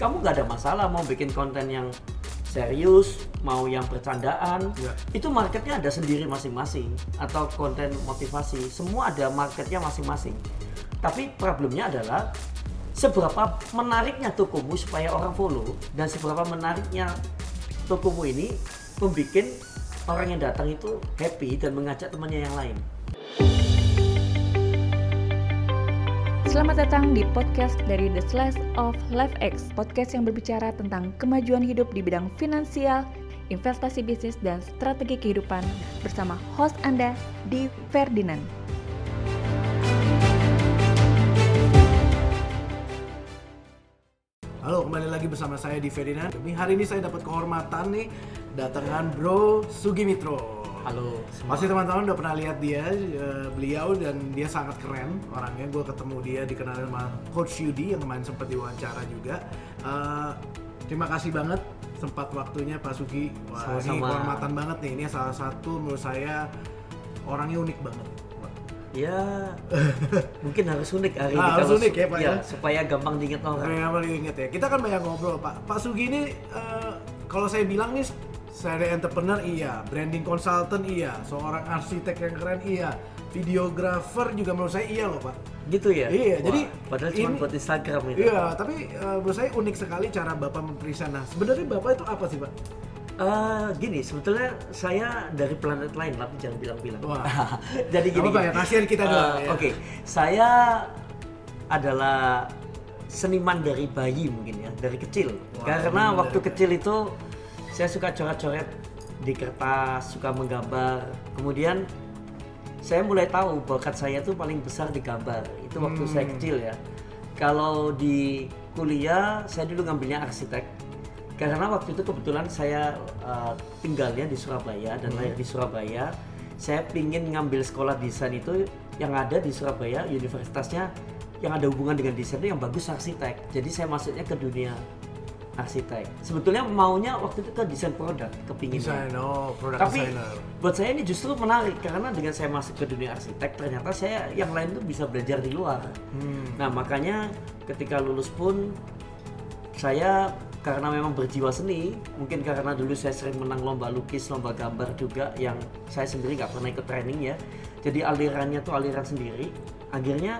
kamu nggak ada masalah mau bikin konten yang serius, mau yang bercandaan, itu marketnya ada sendiri masing-masing, atau konten motivasi, semua ada marketnya masing-masing. Tapi problemnya adalah seberapa menariknya tokomu supaya orang follow, dan seberapa menariknya tokomu ini membuat orang yang datang itu happy dan mengajak temannya yang lain. Selamat datang di podcast dari The Slice of LifeX, podcast yang berbicara tentang kemajuan hidup di bidang finansial, investasi bisnis, dan strategi kehidupan bersama host Anda, Di Ferdinand. Halo, kembali lagi bersama saya Di Ferdinand. Hari ini saya dapat kehormatan nih, datangan Bro Sugimitro. Halo semua. Pasti teman-teman udah pernah lihat dia, beliau, dan dia sangat keren orangnya. Gue ketemu dia, dikenalin sama Coach Yudi yang kemarin sempat diwawancara juga. Terima kasih banget sempat waktunya Pak Sugi. Wah, ini kehormatan banget nih. Ini salah satu menurut saya orangnya unik banget. Ya, mungkin harus unik hari ini. Harus unik ya Pak ya? Supaya gampang diingat orang. Gampang diingat ya. Kita kan banyak ngobrol Pak. Pak Sugi ini kalau saya bilang nih, saya entrepreneur iya, branding consultant iya, seorang arsitek yang keren iya, videographer juga menurut saya iya loh Pak. Gitu ya? Iya, jadi padahal cuma buat Instagram itu. Iya, tapi menurut saya unik sekali cara Bapak mempresent. Nah, sebenarnya Bapak itu apa sih Pak? Gini, sebetulnya saya dari planet lain, tapi jangan bilang-bilang. Wah. Jadi gini. Apa ya, kasihan kita doang ya. Oke, saya adalah seniman dari bayi mungkin ya, dari kecil. Karena waktu kecil itu saya suka coret-coret di kertas, suka menggambar. Kemudian saya mulai tahu bakat saya tuh paling besar di gambar. Itu waktu saya kecil ya. Kalau di kuliah, saya dulu ngambilnya arsitek. Karena waktu itu kebetulan saya tinggalnya di Surabaya dan lahir di Surabaya. Saya pingin ngambil sekolah desain itu yang ada di Surabaya, universitasnya yang ada hubungan dengan desain itu yang bagus arsitek. Jadi saya masuknya ke dunia arsitek. Sebetulnya maunya waktu itu ke desain produk, kepinginnya. Product Tapi designer. buat saya ini justru menarik karena dengan saya masuk ke dunia arsitek ternyata saya yang lain tuh bisa belajar di luar. Nah makanya ketika lulus pun saya karena memang berjiwa seni, mungkin karena dulu saya sering menang lomba lukis, lomba gambar juga yang saya sendiri nggak pernah ikut training ya. Jadi alirannya tuh aliran sendiri. Akhirnya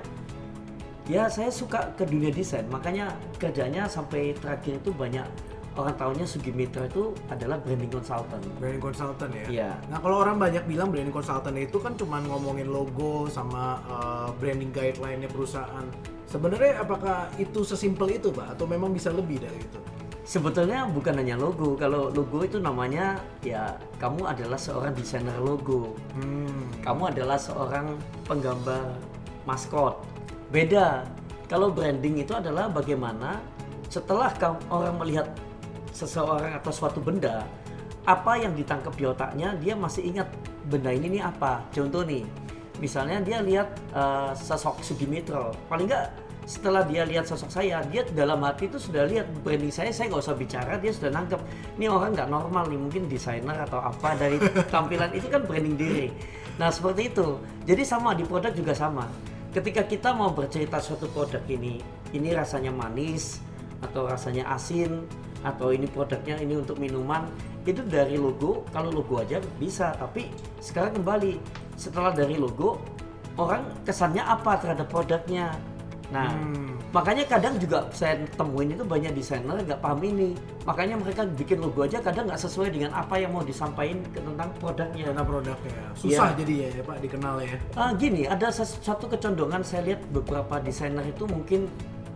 ya saya suka ke dunia desain, makanya kerjanya sampai terakhir itu banyak orang tahunya Sugimitro itu adalah branding consultant. Branding consultant ya? Iya. Nah kalau orang banyak bilang branding consultant itu kan cuma ngomongin logo sama branding guideline-nya perusahaan. Sebenarnya apakah itu sesimpel itu Pak? Atau memang bisa lebih dari itu? Sebetulnya bukan hanya logo, kalau logo itu namanya ya kamu adalah seorang desainer logo. Kamu adalah seorang penggambar maskot. Beda, kalau branding itu adalah bagaimana setelah orang melihat seseorang atau suatu benda, apa yang ditangkap di otaknya, dia masih ingat benda ini nih apa. Contoh nih, misalnya dia lihat sosok Sugimitro, paling nggak setelah dia lihat sosok saya, dia dalam hati itu sudah lihat branding saya nggak usah bicara, dia sudah nangkep, ini orang nggak normal nih, mungkin desainer atau apa dari tampilan itu kan branding diri. Nah seperti itu, jadi sama di produk juga sama. Ketika kita mau bercerita suatu produk ini rasanya manis atau rasanya asin atau ini produknya ini untuk minuman, itu dari logo. Kalau logo aja bisa, tapi sekarang kembali setelah dari logo, orang kesannya apa terhadap produknya. Nah makanya kadang juga saya temuin itu banyak desainer nggak paham ini, makanya mereka bikin logo aja kadang nggak sesuai dengan apa yang mau disampaikan tentang produknya. Karena produknya susah jadi ya Pak dikenal ya. Gini, ada satu kecondongan saya lihat beberapa desainer itu mungkin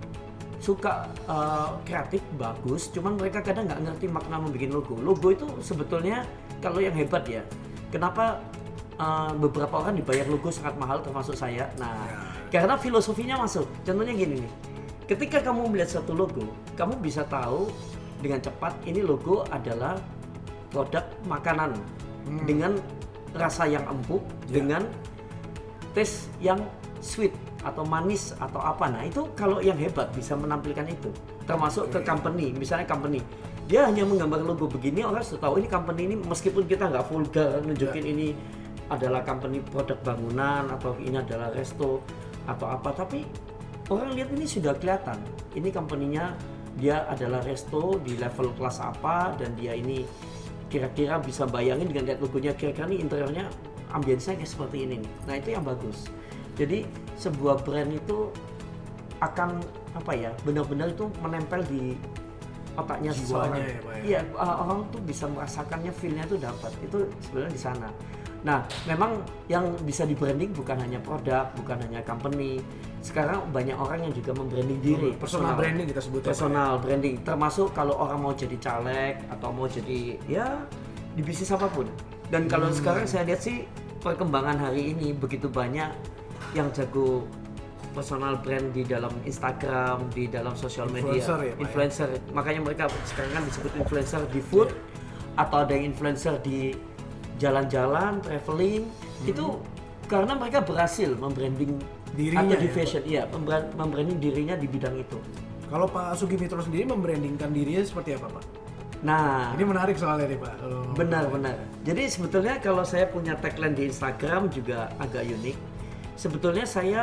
suka kreatif bagus, cuman mereka kadang nggak ngerti makna membuat logo. Logo itu sebetulnya kalau yang hebat ya, kenapa beberapa orang dibayar logo sangat mahal termasuk saya. Nah karena filosofinya masuk. Contohnya gini nih, ketika kamu melihat satu logo, kamu bisa tahu dengan cepat ini logo adalah produk makanan dengan rasa yang empuk, dengan taste yang sweet atau manis atau apa. Nah itu kalau yang hebat bisa menampilkan itu. Termasuk ke company, misalnya company, dia hanya menggambar logo begini, orang sudah tahu ini company ini, meskipun kita nggak vulgar nunjukin ini adalah company produk bangunan atau ini adalah resto atau apa, tapi orang lihat ini sudah kelihatan ini company-nya dia adalah resto di level kelas apa, dan dia ini kira-kira bisa bayangin dengan lihat logonya, kira-kira nih interiornya ambience-nya kayak seperti ini nih. Nah itu yang bagus. Jadi sebuah brand itu akan apa ya, benar-benar itu menempel di otaknya sebuah orang. Iya, orang tuh bisa merasakannya, feel-nya tuh dapat. Itu sebenarnya di sana. Nah, memang yang bisa di branding bukan hanya produk, bukan hanya company. Sekarang banyak orang yang juga membranding diri. Personal branding kita sebut. Personal branding, termasuk kalau orang mau jadi caleg atau mau jadi ya di bisnis apapun. Dan kalau sekarang saya lihat sih perkembangan hari ini begitu banyak yang jago personal brand di dalam Instagram, di dalam sosial media, influencer. Makanya mereka sekarang kan disebut influencer di food, atau ada yang influencer di jalan-jalan, traveling. Itu karena mereka berhasil membranding dirinya atau di fashion, membranding dirinya di bidang itu. Kalau Pak Sugimitro sendiri membrandingkan dirinya seperti apa, Pak? Nah, ini menarik soalnya nih, Pak. Benar. Jadi sebetulnya kalau saya punya tagline di Instagram juga agak unik. Sebetulnya saya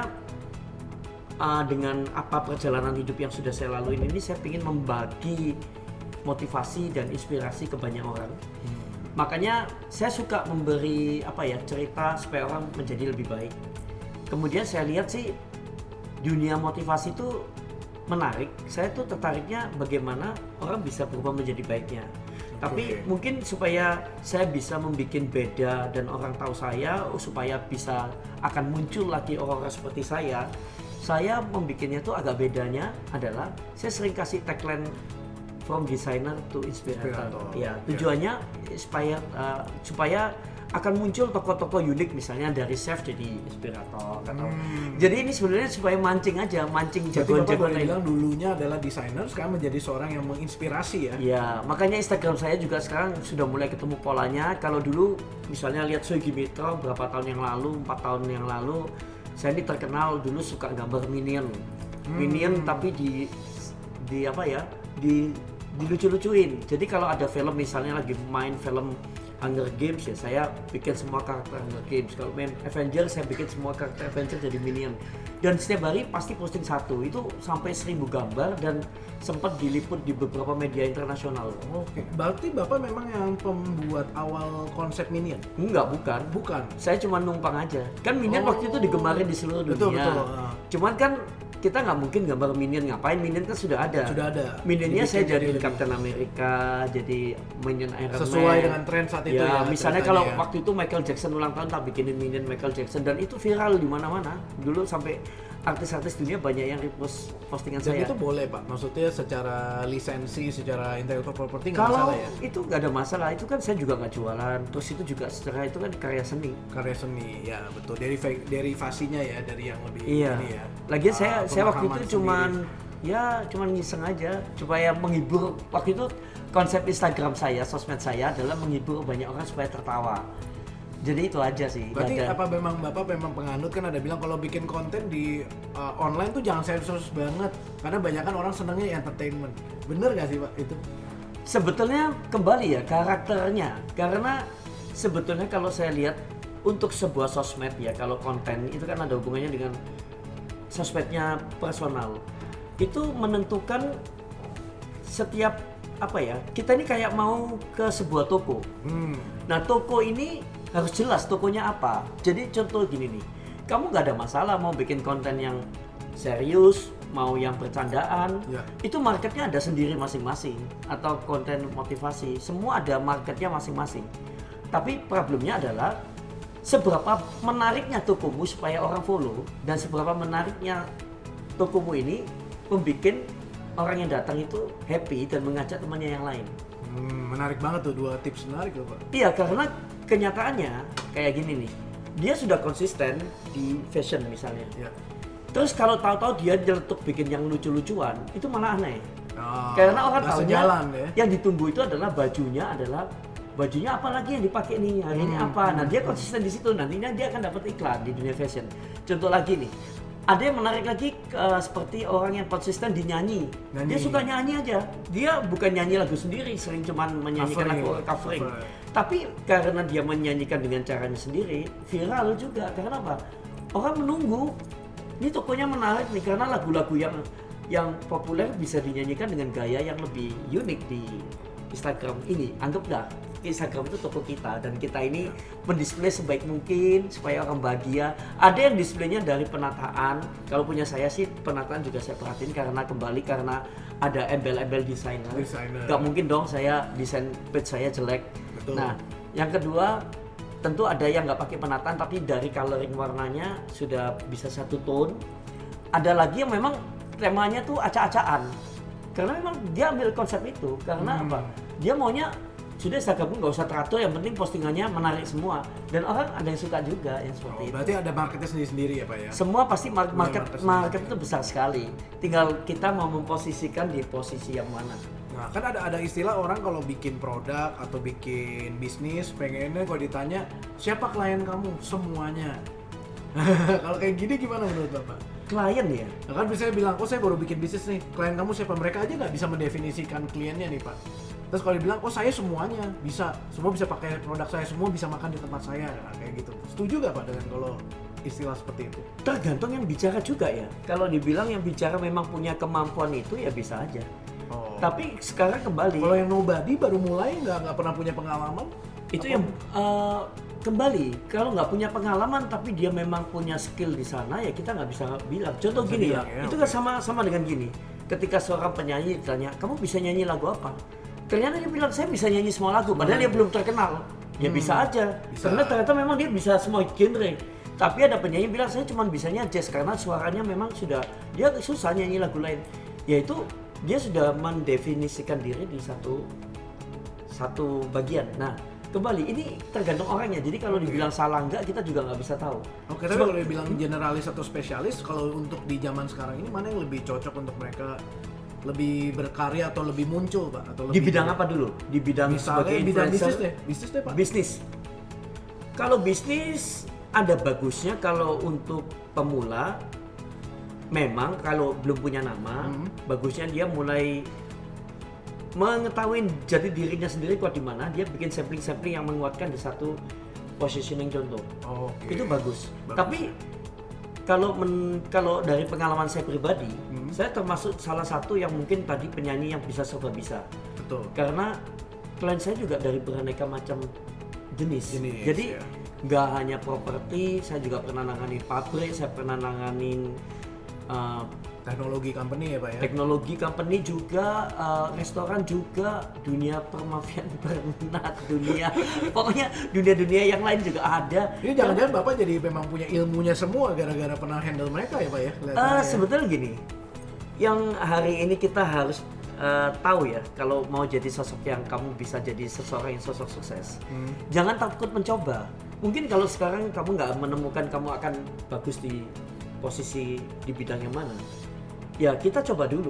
dengan apa perjalanan hidup yang sudah saya lalui ini, saya ingin membagi motivasi dan inspirasi ke banyak orang. Makanya saya suka memberi cerita supaya orang menjadi lebih baik. Kemudian saya lihat sih dunia motivasi itu menarik. Saya tuh tertariknya bagaimana orang bisa berubah menjadi baiknya. Tapi mungkin supaya saya bisa membuat beda dan orang tahu saya, supaya bisa akan muncul lagi orang-orang seperti saya membuatnya tuh agak bedanya adalah saya sering kasih tagline from designer to inspirator. Ya, tujuannya supaya akan muncul tokoh-tokoh unik, misalnya dari chef jadi inspirator. Jadi ini sebenarnya supaya mancing jagoan-jagoan lain. Bilang dulunya adalah desainer, sekarang menjadi seorang yang menginspirasi ya. Ya, makanya Instagram saya juga sekarang sudah mulai ketemu polanya. Kalau dulu misalnya lihat Sugimitro berapa tahun yang lalu, 4 tahun yang lalu, saya ini terkenal dulu suka gambar minion, tapi dilucu-lucuin. Jadi kalau ada film misalnya lagi main film Hunger Games, ya saya bikin semua karakter Hunger Games. Kalau main Avengers, saya bikin semua karakter Avengers jadi minion. Dan setiap hari pasti posting satu, itu sampai 1000 gambar dan sempat diliput di beberapa media internasional. Oke, berarti Bapak memang yang pembuat awal konsep minion? Enggak, bukan. Saya cuma numpang aja. Kan minion waktu itu digemarin di seluruh dunia. Betul. Cuman kan kita nggak mungkin gambar minion, ngapain? Minion kan sudah ada. Minionnya saya jadi Captain America, jadi minion Iron Man. Sesuai dengan tren saat itu ya. Misalnya kalau waktu itu Michael Jackson ulang tahun, tak bikinin minion Michael Jackson, dan itu viral di mana-mana. Dulu sampai artis-artis dunia banyak yang repost postingan saya. Jadi itu boleh, Pak? Maksudnya secara lisensi, secara intellectual property nggak masalah ya? Kalau itu nggak ada masalah, itu kan saya juga nggak jualan. Terus itu juga secara itu kan karya seni. Karya seni, ya betul. Derivasinya ya dari yang lebih ini ya. Lagian saya waktu itu cuman ngiseng aja, supaya menghibur. Waktu itu konsep Instagram saya, sosmed saya adalah menghibur banyak orang supaya tertawa. Jadi itu aja sih. Berarti apa memang Bapak memang penganut, kan ada bilang kalau bikin konten di online tuh jangan serius banget, karena banyak kan orang senangnya entertainment. Bener gak sih, Pak, itu? Sebetulnya kembali ya karakternya, karena sebetulnya kalau saya lihat untuk sebuah sosmed ya, kalau konten itu kan ada hubungannya dengan sosmednya personal. Itu menentukan setiap kita ini kayak mau ke sebuah toko. Nah, toko ini harus jelas tokonya apa. Jadi contoh gini nih, kamu gak ada masalah mau bikin konten yang serius, mau yang bercandaan, itu marketnya ada sendiri masing-masing. Atau konten motivasi, semua ada marketnya masing-masing. Tapi problemnya adalah seberapa menariknya tokomu supaya orang follow, dan seberapa menariknya tokomu ini membuat orang yang datang itu happy dan mengajak temannya yang lain. Menarik banget tuh, 2 tips menarik loh, Pak. Iya, karena kenyataannya kayak gini nih, dia sudah konsisten di fashion misalnya. Terus kalau tahu-tahu dia nyeletuk bikin yang lucu-lucuan, itu malah aneh. Karena orang tahunya yang ditunggu itu adalah bajunya apa lagi yang dipakai nih hari ini apa. Nah, dia konsisten di situ, nantinya dia akan dapat iklan di dunia fashion. Contoh lagi nih, ada yang menarik lagi seperti orang yang konsisten di nyanyi. Dia suka nyanyi aja. Dia bukan nyanyi lagu sendiri, sering cuman menyanyikan lagu covering. Tapi karena dia menyanyikan dengan caranya sendiri, viral juga. Karena apa? Orang menunggu. Ini tokonya menarik nih karena lagu-lagu yang yang populer bisa dinyanyikan dengan gaya yang lebih unik di Instagram ini. Anggaplah Instagram itu toko kita dan kita ini mendisplay sebaik mungkin supaya orang bahagia. Ada yang displaynya dari penataan. Kalau punya saya sih penataan juga saya perhatiin karena ada embel-embel desainer. Gak mungkin dong saya desain page saya jelek. Betul. Nah, yang kedua tentu ada yang nggak pakai penataan tapi dari coloring warnanya sudah bisa satu tone. Ada lagi yang memang temanya tuh acak-acakan. Karena memang dia ambil konsep itu. Karena apa? Dia maunya sudah Instagram nggak usah teratur, yang penting postingannya menarik semua. Dan orang ada yang suka juga yang seperti itu. Berarti ada marketnya sendiri-sendiri ya Pak ya? Semua pasti market itu besar sekali. Tinggal kita mau memposisikan di posisi yang mana. Nah kan ada istilah orang kalau bikin produk atau bikin bisnis pengennya kalau ditanya siapa klien kamu? Semuanya. Kalau kayak gini gimana menurut Bapak? Klien ya? Nah, kan biasanya bilang, oh saya baru bikin bisnis nih, klien kamu siapa? Mereka aja nggak bisa mendefinisikan kliennya nih Pak. Terus kalau dibilang, oh saya semuanya bisa, semua bisa pakai produk saya, semua bisa makan di tempat saya, nah, kayak gitu. Setuju gak Pak dengan kalau istilah seperti itu? Tergantung yang bicara juga ya. Kalau dibilang yang bicara memang punya kemampuan itu ya bisa aja. Oh. Tapi sekarang kembali. Kalau yang nobody baru mulai nggak pernah punya pengalaman, itu yang kembali kalau nggak punya pengalaman tapi dia memang punya skill di sana ya kita nggak bisa bilang. Contoh gini ya, itu kan sama dengan gini. Ketika seorang penyanyi ditanya, kamu bisa nyanyi lagu apa? Ternyata dia bilang saya bisa nyanyi semua lagu, padahal dia belum terkenal. Ya bisa aja. Karena ternyata memang dia bisa semua genre. Tapi ada penyanyi bilang saya cuma bisanya jazz karena suaranya memang sudah dia susah nyanyi lagu lain. Yaitu dia sudah mendefinisikan diri di satu bagian. Nah, kembali ini tergantung orangnya. Jadi kalau dibilang salah enggak kita juga nggak bisa tahu. Oke, tapi kalau dibilang generalis atau spesialis, kalau untuk di zaman sekarang ini mana yang lebih cocok untuk mereka lebih berkarya atau lebih muncul Pak? Atau di bidang apa dulu? Di bidang misalnya sebagai bidang influencer? bisnis deh Pak. Bisnis. Kalau bisnis ada bagusnya kalau untuk pemula. Memang kalau belum punya nama, bagusnya dia mulai mengetahui jati dirinya sendiri kuat di mana, dia bikin sampling-sampling yang menguatkan di satu positioning contoh. Itu bagus. Tapi kalau dari pengalaman saya pribadi, saya termasuk salah satu yang mungkin tadi penyanyi yang bisa serba bisa. Betul. Karena klien saya juga dari beraneka macam jenis. Jadi nggak hanya properti, saya juga pernah nanganin pabrik, saya pernah nanganin teknologi company ya Pak ya? Teknologi company juga, restoran juga, dunia permafian pernah, pokoknya dunia yang lain juga ada. Ini jangan-jangan Bapak jadi memang punya ilmunya semua gara-gara pernah handle mereka ya Pak ya? Sebetulnya gini, yang hari ini kita harus tahu ya, kalau mau jadi sosok yang kamu bisa jadi seseorang yang sosok sukses, jangan takut mencoba. Mungkin kalau sekarang kamu nggak menemukan kamu akan bagus di posisi di bidang yang mana, ya kita coba dulu,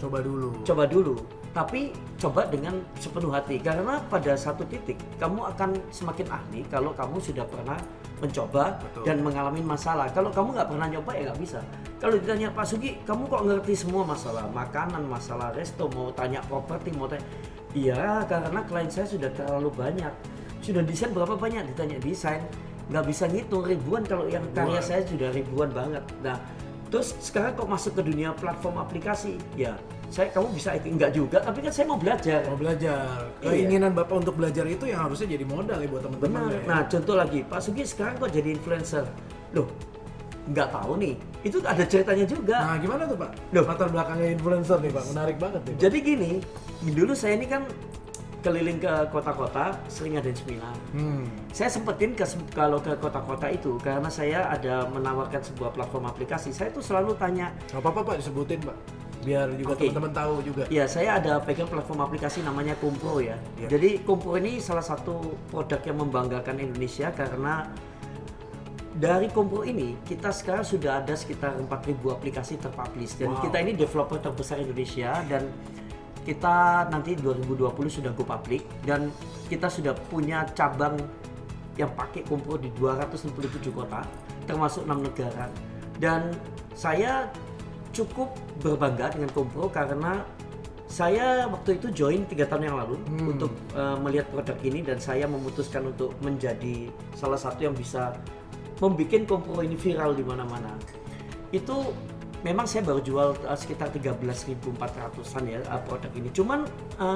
tapi coba dengan sepenuh hati karena pada satu titik kamu akan semakin ahli kalau kamu sudah pernah mencoba. Betul. Dan mengalami masalah. Kalau kamu nggak pernah nyoba ya nggak bisa. Kalau ditanya Pak Sugi, kamu kok ngerti semua masalah makanan, masalah resto, mau tanya properti, mau tanya, iya karena klien saya sudah terlalu banyak. Sudah desain berapa banyak? Ditanya desain, nggak bisa ngitung ribuan kalau yang karya saya sudah ribuan banget. Nah, terus sekarang kok masuk ke dunia platform aplikasi, ya kamu bisa enggak juga, tapi kan saya mau belajar. Keinginan Bapak untuk belajar itu yang harusnya jadi modal ya buat teman-teman. Ya. Nah, contoh lagi, Pak Sugi sekarang kok jadi influencer. Loh, nggak tahu nih, itu ada ceritanya juga. Nah, gimana tuh Pak? Latar belakangnya influencer nih Pak, menarik banget nih Pak. Jadi gini, dulu saya ini kan keliling ke kota-kota, sering ada seminar. Saya sempetin kalau ke kota-kota itu karena saya ada menawarkan sebuah platform aplikasi. Saya tuh selalu tanya. Gak apa-apa Pak, disebutin Pak, biar juga teman-teman tahu juga. Ya, saya ada pegang platform aplikasi namanya Kompro ya. Jadi Kompro ini salah satu produk yang membanggakan Indonesia karena dari Kompro ini kita sekarang sudah ada sekitar 4.000 aplikasi terpublish dan kita ini developer terbesar Indonesia dan kita nanti 2020 sudah go public dan kita sudah punya cabang yang pakai Kompro di 267 kota termasuk 6 negara. Dan saya cukup berbangga dengan Kompro karena saya waktu itu join 3 tahun yang lalu untuk melihat produk ini dan saya memutuskan untuk menjadi salah satu yang bisa membuat Kompro ini viral di mana-mana. Itu memang saya baru jual sekitar 13.400-an ya produk ini. Cuman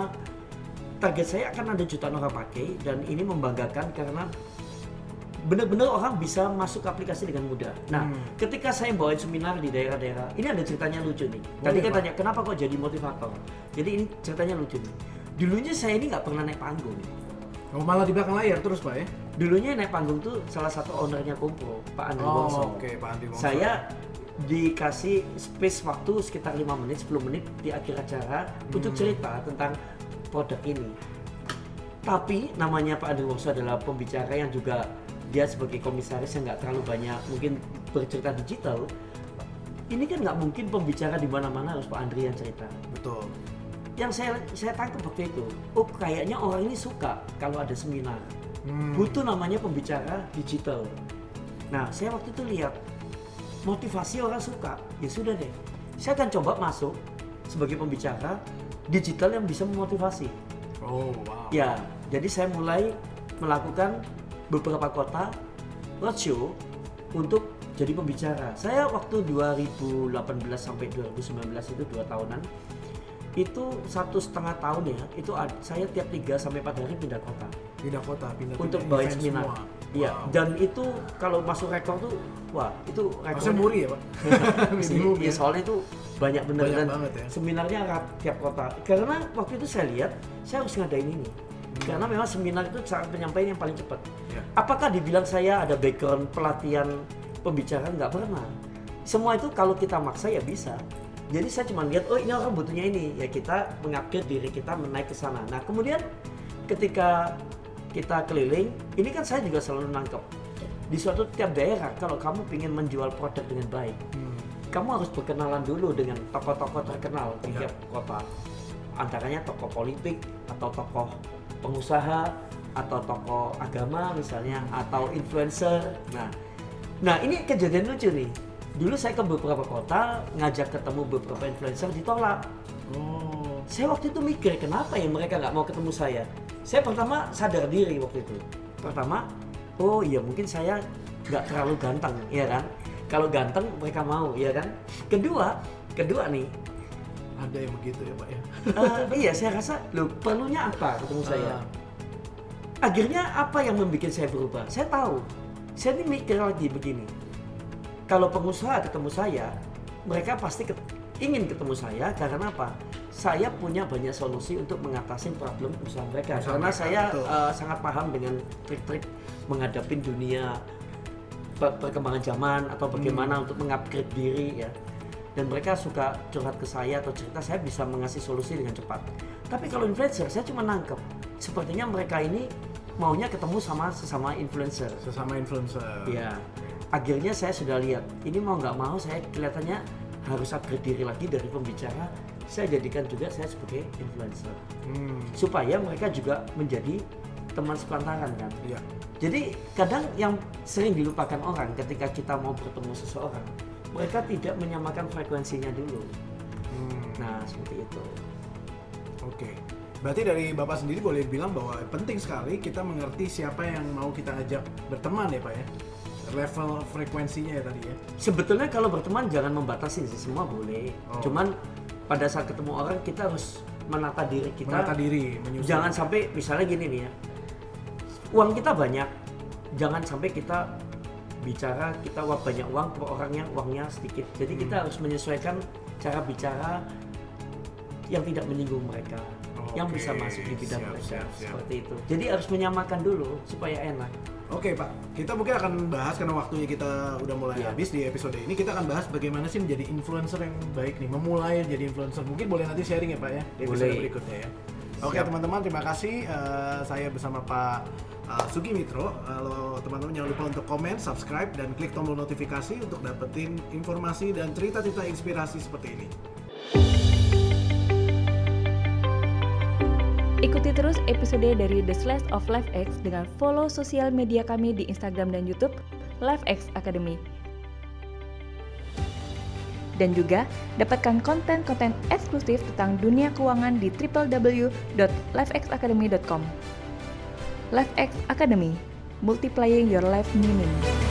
target saya akan ada jutaan orang pakai, dan ini membanggakan karena benar-benar orang bisa masuk aplikasi dengan mudah. Nah, ketika saya bawain seminar di daerah-daerah, ini ada ceritanya lucu nih. Tadi kan tanya, kenapa kok jadi motivator? Jadi ini ceritanya lucu nih. Dulunya saya ini nggak pernah naik panggung. Oh, malah di belakang layar terus Pak ya? Dulunya naik panggung tuh salah satu ownernya Kompro, Pak Andri Wongso. Oke, Pak Andri Wongso. Saya dikasih space waktu sekitar 5 menit, 10 menit di akhir acara untuk cerita tentang produk ini. Tapi namanya Pak Andri Wongso adalah pembicara yang juga dia sebagai komisaris yang nggak terlalu banyak mungkin bercerita digital. Ini kan nggak mungkin pembicara di mana-mana harus Pak Andri yang cerita. Betul. Yang saya tangkap waktu itu, oh kayaknya orang ini suka kalau ada seminar. Butuh namanya pembicara digital. Nah, saya waktu itu lihat motivasi orang suka, ya sudah deh. Saya akan coba masuk sebagai pembicara digital yang bisa memotivasi. Oh, wow. Ya, jadi saya mulai melakukan beberapa kota roadshow untuk jadi pembicara. Saya waktu 2018 sampai 2019 itu 2 tahunan. Itu 1,5 tahun ya. Itu saya tiap 3 sampai 4 hari pindah kota. Pindah untuk bawain seminar. Iya, wow. Dan itu kalau masuk rekor tuh, wah itu rekor. Masih muri ya Pak? Iya, soalnya itu banyak bener banyak dan banget ya. Seminarnya tiap kota. Karena waktu itu saya lihat, saya harus ngadain ini. Karena memang seminar itu cara penyampaian yang paling cepat. Ya. Apakah dibilang saya ada background pelatihan pembicaraan? Nggak pernah. Semua itu kalau kita maksa ya bisa. Jadi saya cuma lihat, oh ini orang butuhnya ini, ya kita mengupgrade diri kita menaik ke sana. Nah kemudian ketika kita keliling, ini kan saya juga selalu nangkep di suatu tiap daerah. Kalau kamu ingin menjual produk dengan baik, kamu harus berkenalan dulu dengan tokoh-tokoh terkenal di tiap kota. Antaranya tokoh politik atau tokoh pengusaha atau tokoh agama misalnya, atau influencer. Nah ini kejadian lucu nih. Dulu saya ke beberapa kota ngajak ketemu beberapa influencer, ditolak. Saya waktu itu mikir kenapa ya mereka nggak mau ketemu saya. Saya pertama sadar diri waktu itu. Pertama, oh iya mungkin saya nggak terlalu ganteng, ya kan? Kalau ganteng mereka mau, ya kan? Kedua nih. Ada yang begitu ya Pak ya? Iya, saya rasa loh perlunya apa ketemu saya. Akhirnya apa yang membuat saya berubah? Saya tahu. Saya ini mikir lagi begini. Kalau pengusaha ketemu saya, mereka pasti ingin ketemu saya karena apa? Saya punya banyak solusi untuk mengatasi problem usaha mereka. Karena saya sangat paham dengan trik-trik menghadapi dunia perkembangan zaman atau bagaimana untuk mengupgrade diri ya. Dan mereka suka curhat ke saya atau cerita, saya bisa mengasih solusi dengan cepat. Tapi kalau influencer, saya cuma nangkep. Sepertinya mereka ini maunya ketemu sama sesama influencer. Sesama influencer. Iya. Akhirnya saya sudah lihat, ini mau nggak mau saya kelihatannya harus upgrade diri lagi dari pembicara. Saya jadikan juga saya sebagai influencer. Supaya mereka juga menjadi teman sepantaran kan. Iya. Jadi kadang yang sering dilupakan orang ketika kita mau bertemu seseorang, mereka tidak menyamakan frekuensinya dulu. Nah seperti itu. Oke. Berarti dari Bapak sendiri boleh bilang bahwa penting sekali kita mengerti siapa yang mau kita ajak berteman ya Pak ya? Level frekuensinya ya tadi ya? Sebetulnya kalau berteman jangan membatasi sih, semua boleh. Cuman pada saat ketemu orang kita harus menata diri kita. Menata diri, menyusun. Jangan sampai misalnya gini nih ya, uang kita banyak, jangan sampai kita bicara kita banyak uang ke orang yang uangnya sedikit. Jadi kita harus menyesuaikan cara bicara yang tidak menyinggung mereka, yang bisa masuk di bidang mereka. Seperti itu. Jadi harus menyamakan dulu supaya enak. Oke Pak, kita mungkin akan bahas karena waktunya kita udah mulai habis di episode ini. Kita akan bahas bagaimana sih menjadi influencer yang baik nih, memulai jadi influencer. Mungkin boleh nanti sharing ya Pak ya di episode berikutnya ya. Oke teman-teman, terima kasih. Saya bersama Pak Sugi Mitro. Kalau teman-teman jangan lupa untuk komen, subscribe, dan klik tombol notifikasi untuk dapetin informasi dan cerita-cerita inspirasi seperti ini. Ikuti terus episode dari The Slash of LifeX dengan follow sosial media kami di Instagram dan YouTube LifeX Academy. Dan juga dapatkan konten-konten eksklusif tentang dunia keuangan di www.lifexacademy.com. LifeX Academy, multiplying your life meaning.